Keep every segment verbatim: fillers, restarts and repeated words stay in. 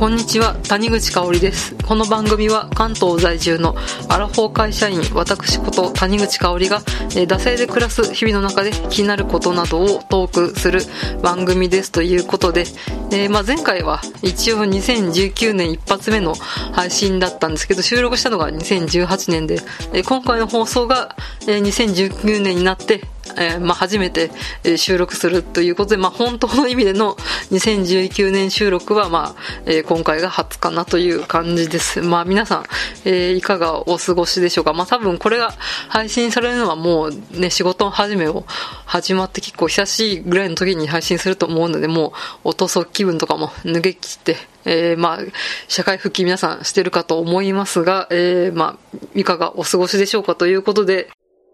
こんにちは、谷口香織です。この番組は関東在住のアラフォー会社員、私こと谷口香織が、えー、惰性で暮らす日々の中で気になることなどをトークする番組ですということで、えーまあ、前回は一応にせんじゅうきゅうねん一発目の配信だったんですけど、収録したのがにせんじゅうはちねんで、えー、今回の放送が、えー、にせんじゅうきゅうねんになってえーまあ、初めて、えー、収録するということで、まあ、本当の意味でのにせんじゅうきゅうねん収録は、まあえー、今回が初かなという感じです。まあ、皆さん、えー、いかがお過ごしでしょうか。まあ、多分これが配信されるのはもうね、仕事始めを始まって結構久しいぐらいの時に配信すると思うので、もうおとそ気分とかも抜けきって、えー、まあ社会復帰皆さんしてるかと思いますが、えー、まあいかがお過ごしでしょうかということで、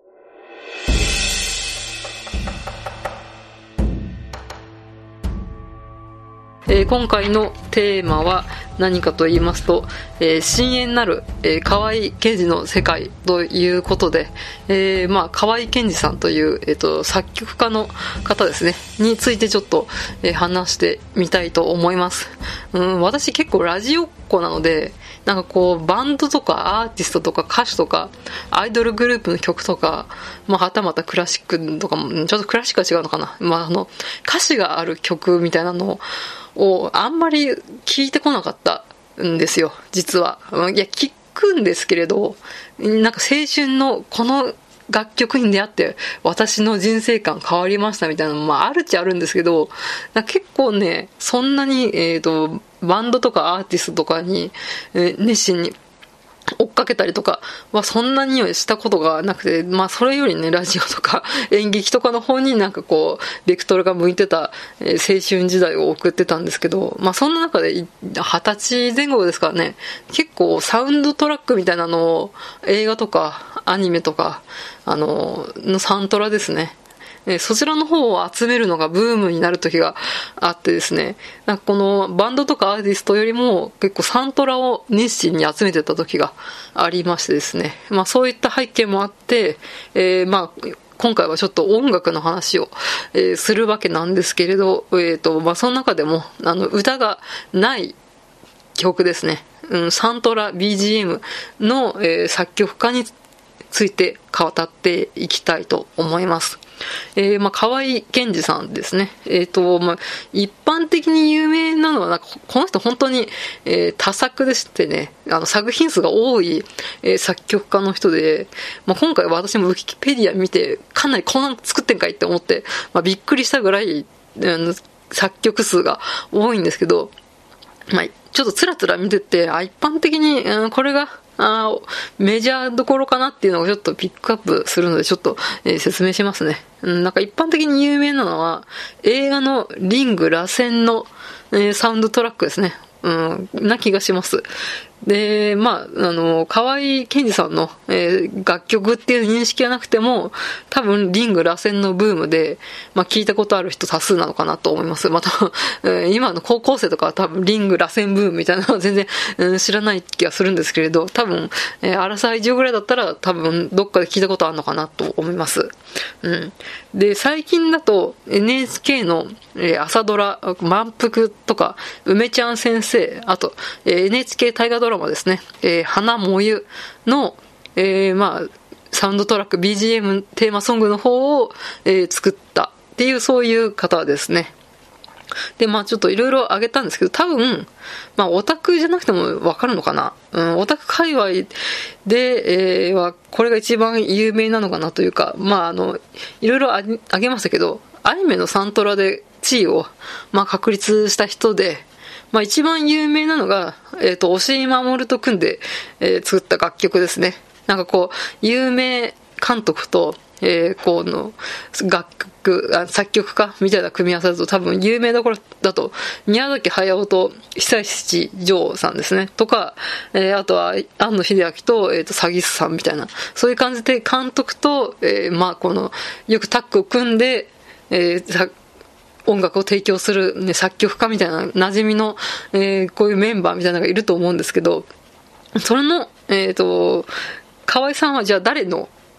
えー、今回のテーマは何かと言いますと、えー、深淵なる、えー、河合健二の世界ということで、えー、まあ河合健二さんという、えー、と作曲家の方ですねについてちょっと、えー、話してみたいと思います。うん、私結構ラジオっ子なので、なんかこうバンドとかアーティストとか歌手とかアイドルグループの曲とか、まあ、はたまたクラシックとかも、ちょっとクラシックは違うのかな、まあ、あの歌詞がある曲みたいなのをあんまり聞いてこなかったんですよ、実は。いや、聞くんですけれど、なんか青春のこの楽曲に出会って私の人生観変わりましたみたいなのも、まあ、あるっちゃあるんですけど、結構ね、そんなに、えーと、バンドとかアーティストとかに、えー、熱心に追っかけたりとかはそんなにはしたことがなくて、まあそれよりね、ラジオとか演劇とかの方になんかこうベクトルが向いてた、えー、青春時代を送ってたんですけど、まあそんな中で二十歳前後ですからね、結構サウンドトラックみたいなのを映画とかアニメとかあののサントラですね、そちらの方を集めるのがブームになる時があってですね、なんかこのバンドとかアーティストよりも結構サントラを熱心に集めてた時がありましてですね、まあそういった背景もあって、えー、まあ今回はちょっと音楽の話を、えー、するわけなんですけれど、えーとまあ、その中でもあの歌がない曲ですね、うん、サントラ ビージーエム の、えー、作曲家について語っていきたいと思います。えー、まあ河合健二さんですね。えっと、まあ一般的に有名なのはなんかこの人本当に、えー、多作でしてね、あの作品数が多い、えー、作曲家の人で、まあ今回私もウィキペディア見てかなりこんなの作ってんかいって思って、まあびっくりしたぐらい、うん、作曲数が多いんですけど、まあちょっとつらつら見てて、あ、一般的に、うん、これがあメジャーどころかなっていうのをちょっとピックアップするのでちょっと、えー、説明しますね。うん、なんか一般的に有名なのは映画のリング螺旋の、えー、サウンドトラックですね。うん、な気がします。で、まあ、あの、河合健二さんの、えー、楽曲っていう認識はなくても、多分リング螺旋のブームで、まあ聞いたことある人多数なのかなと思います。また、えー、今の高校生とかは多分リング螺旋ブームみたいなのは全然、うん、知らない気がするんですけれど、多分、えー、アラサー以上ぐらいだったら多分どっかで聞いたことあるのかなと思います。うん。で、最近だと エヌエイチケー の、えー、朝ドラ、満腹とか、梅ちゃん先生、あと、えー、エヌエイチケー 大河ドラマですね、えー、花もゆの、えー、まあ、サウンドトラック ビージーエム テーマソングの方を、えー、作ったっていうそういう方ですね。で、まあちょっといろいろ挙げたんですけど、多分、まあオタクじゃなくてもわかるのかな。うん、オタク界隈で、えー、は、これが一番有名なのかなというか、まああの、いろいろ挙げましたけど、アニメのサントラで地位を、まあ確立した人で、まあ一番有名なのが、えっと、押井守と組んで、えー、作った楽曲ですね。なんかこう、有名監督と、えー、この楽曲あ作曲家みたいな組み合わせだと多分有名どころだと宮崎駿と久石譲さんですねとか、えー、あとは庵野秀明と、えー、と詐欺師さんみたいなそういう感じで監督と、えー、まあこのよくタッグを組んで、えー、音楽を提供する、ね、作曲家みたいな馴染みの、えー、こういうメンバーみたいなのがいると思うんですけど、それの、えー、と河合さんはじゃあ誰の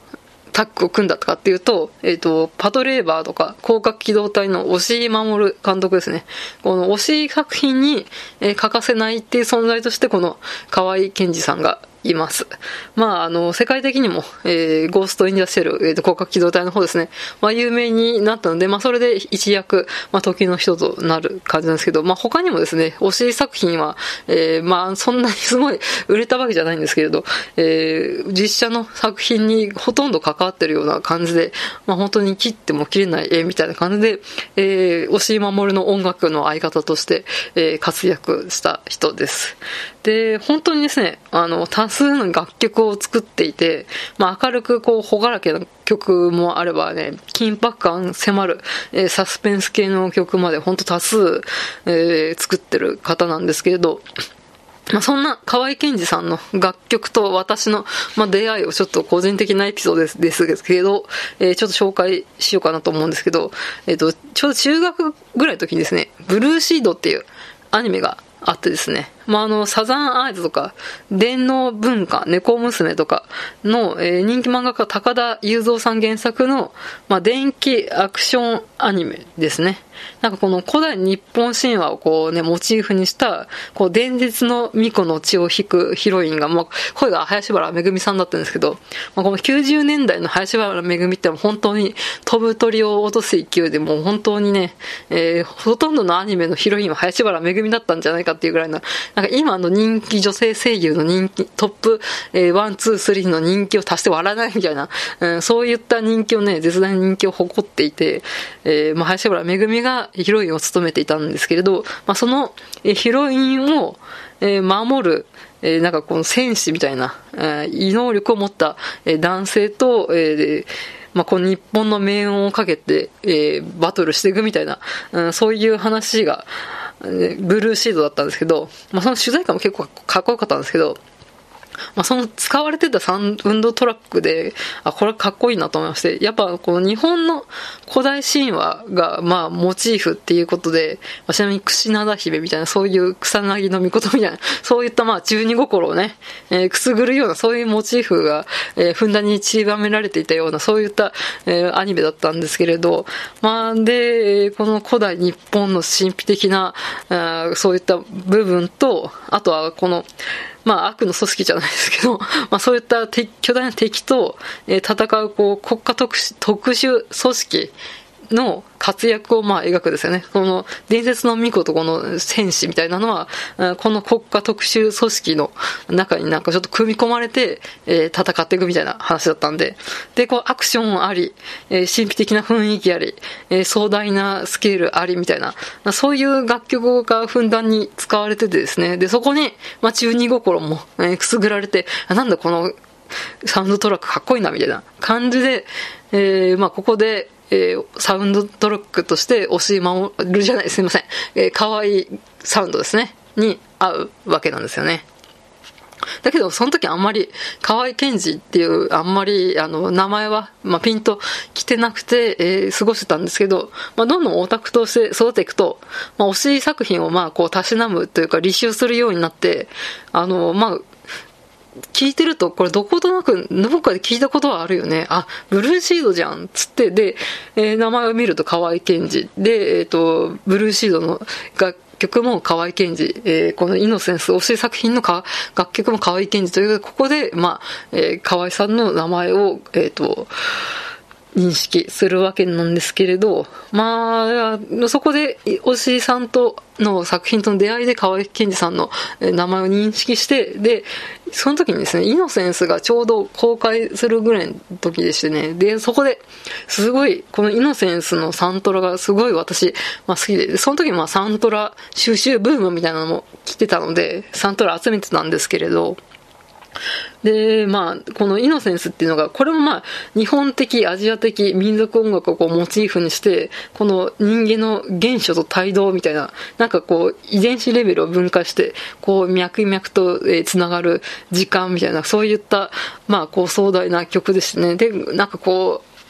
タッグを組んだとかっていうと、えっと、パトレーバーとか、広角機動隊の押井守監督ですね。この押井作品に、えー、欠かせないっていう存在として、この河合健二さんがいます。まあ、あの、世界的にも、えー、ゴーストインダストリアル、えーと、広角機動隊の方ですね。まあ、有名になったので、まあ、それで一躍、まあ、時の人となる感じなんですけど、まあ、他にもですね、押井作品は、えー、まあ、そんなにすごい売れたわけじゃないんですけれど、えー、実写の作品にほとんど関わってるような感じで、まあ、本当に切っても切れない絵みたいな感じで、えー、押井守の音楽の相方として、えー、活躍した人です。で、本当にですね、あの、多数の楽曲を作っていて、まあ、明るくこう、ほがらけの曲もあればね、緊迫感迫る、えー、サスペンス系の曲まで本当多数、えー、作ってる方なんですけれど、まあ、そんな河合健二さんの楽曲と私の、まあ、出会いをちょっと個人的なエピソードです、ですけど、えー、ちょっと紹介しようかなと思うんですけど、えっと、ちょうど中学ぐらいの時にですね、ブルーシードっていうアニメがあってですね、まあ、あの、サザンアイズとか、電脳文化、猫娘とかの、えー、人気漫画家高田雄三さん原作の、まあ、電気アクションアニメですね。なんかこの古代日本神話をこうね、モチーフにした、こう伝説の巫女の血を引くヒロインが、まあ、声が林原めぐみさんだったんですけど、まあ、このきゅうじゅうねんだいの林原めぐみって本当に飛ぶ鳥を落とす勢いで、もう本当にね、えー、ほとんどのアニメのヒロインは林原めぐみだったんじゃないかっていうぐらいな、なんか今の人気女性声優の人気、トップ、えー、ワン、ツー、スリーの人気を足して割らないみたいな、うん、そういった人気をね、絶大な人気を誇っていて、えー、まあ、林原めぐみがヒロインを務めていたんですけれど、まあ、そのヒロインを守る、えー、なんかこの戦士みたいな、えー、異能力を持った男性と、えーまあ、この日本の命運をかけて、えー、バトルしていくみたいな、うん、そういう話が、ブルーシードだったんですけど、まあ、その取材感も結構かっこよかったんですけど、まあ、その使われてたサウンドトラックで、あ、これかっこいいなと思いまして、やっぱこの日本の古代神話が、まあ、モチーフっていうことで、まあ、ちなみに櫛灘姫みたいな、そういう草薙の御事みたいな、そういったまあ、中二心をね、えー、くすぐるような、そういうモチーフが、えー、ふんだんに散りばめられていたような、そういった、えー、アニメだったんですけれど、まあ、で、この古代日本の神秘的な、あそういった部分と、あとはこの、まあ悪の組織じゃないですけど、まあそういった巨大な敵と戦うこう国家特殊、特殊組織の活躍をまあ描くですよね。この伝説の巫女とこの戦士みたいなのは、この国家特殊組織の中になんかちょっと組み込まれて、えー、戦っていくみたいな話だったんで、で、こうアクションあり、えー、神秘的な雰囲気あり、えー、壮大なスケールありみたいな、そういう楽曲がふんだんに使われててですね、で、そこに、まあ中二心も、えー、くすぐられて、なんだこのサウンドトラックかっこいいなみたいな感じで、えー、まあここで、えー、サウンドトラックとして押し守るじゃない、すいません、えー、可愛いサウンドですねに合うわけなんですよね。だけどその時あんまり河合健二っていうあんまりあの名前は、まあ、ピンと来てなくて、えー、過ごしてたんですけど、まあ、どんどんオタクとして育っていくと、まあ、推し作品をまあこうたしなむというか履修するようになって、あのまあ聞いてると、これどことなく、どこかで聞いたことはあるよね。あ、ブルーシードじゃんつって、で、えー、名前を見ると河合健二。で、えっと、ブルーシードの楽曲も河合健二。えー、このイノセンス、推し作品のか楽曲も河合健二ということで、ここで、まあ、えー、河合さんの名前を、えっと、認識するわけなんですけれど、まあ、そこで、押井さんとの作品との出会いで河合健二さんの名前を認識して、で、その時にですね、イノセンスがちょうど公開するぐらいの時でしてね、で、そこで、すごい、このイノセンスのサントラがすごい私、まあ好きで、その時まあサントラ収集ブームみたいなのも来てたので、サントラ集めてたんですけれど、で、まあ、このイノセンスっていうのが、これもまあ、日本的、アジア的民族音楽をこうモチーフにして、この人間の原初と態動みたいな、なんかこう、遺伝子レベルを分化して、こう、脈々とつながる時間みたいな、そういった、まあ、こう、壮大な曲ですね。で、なんかこう、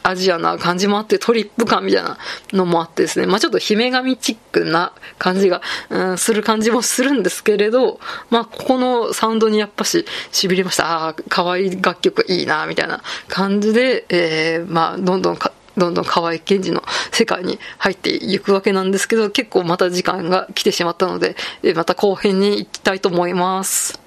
アジアな感じもあって、トリップ感みたいなのもあってですね、まあちょっと姫神チックな感じが、うん、する感じもするんですけれど、まあここのサウンドにやっぱし痺れました。ああ、可愛い楽曲いいな、みたいな感じで、えー、まあどんどんか、どんどん河合健二の世界に入っていくわけなんですけど、結構また時間が来てしまったので、また後編に行きたいと思います。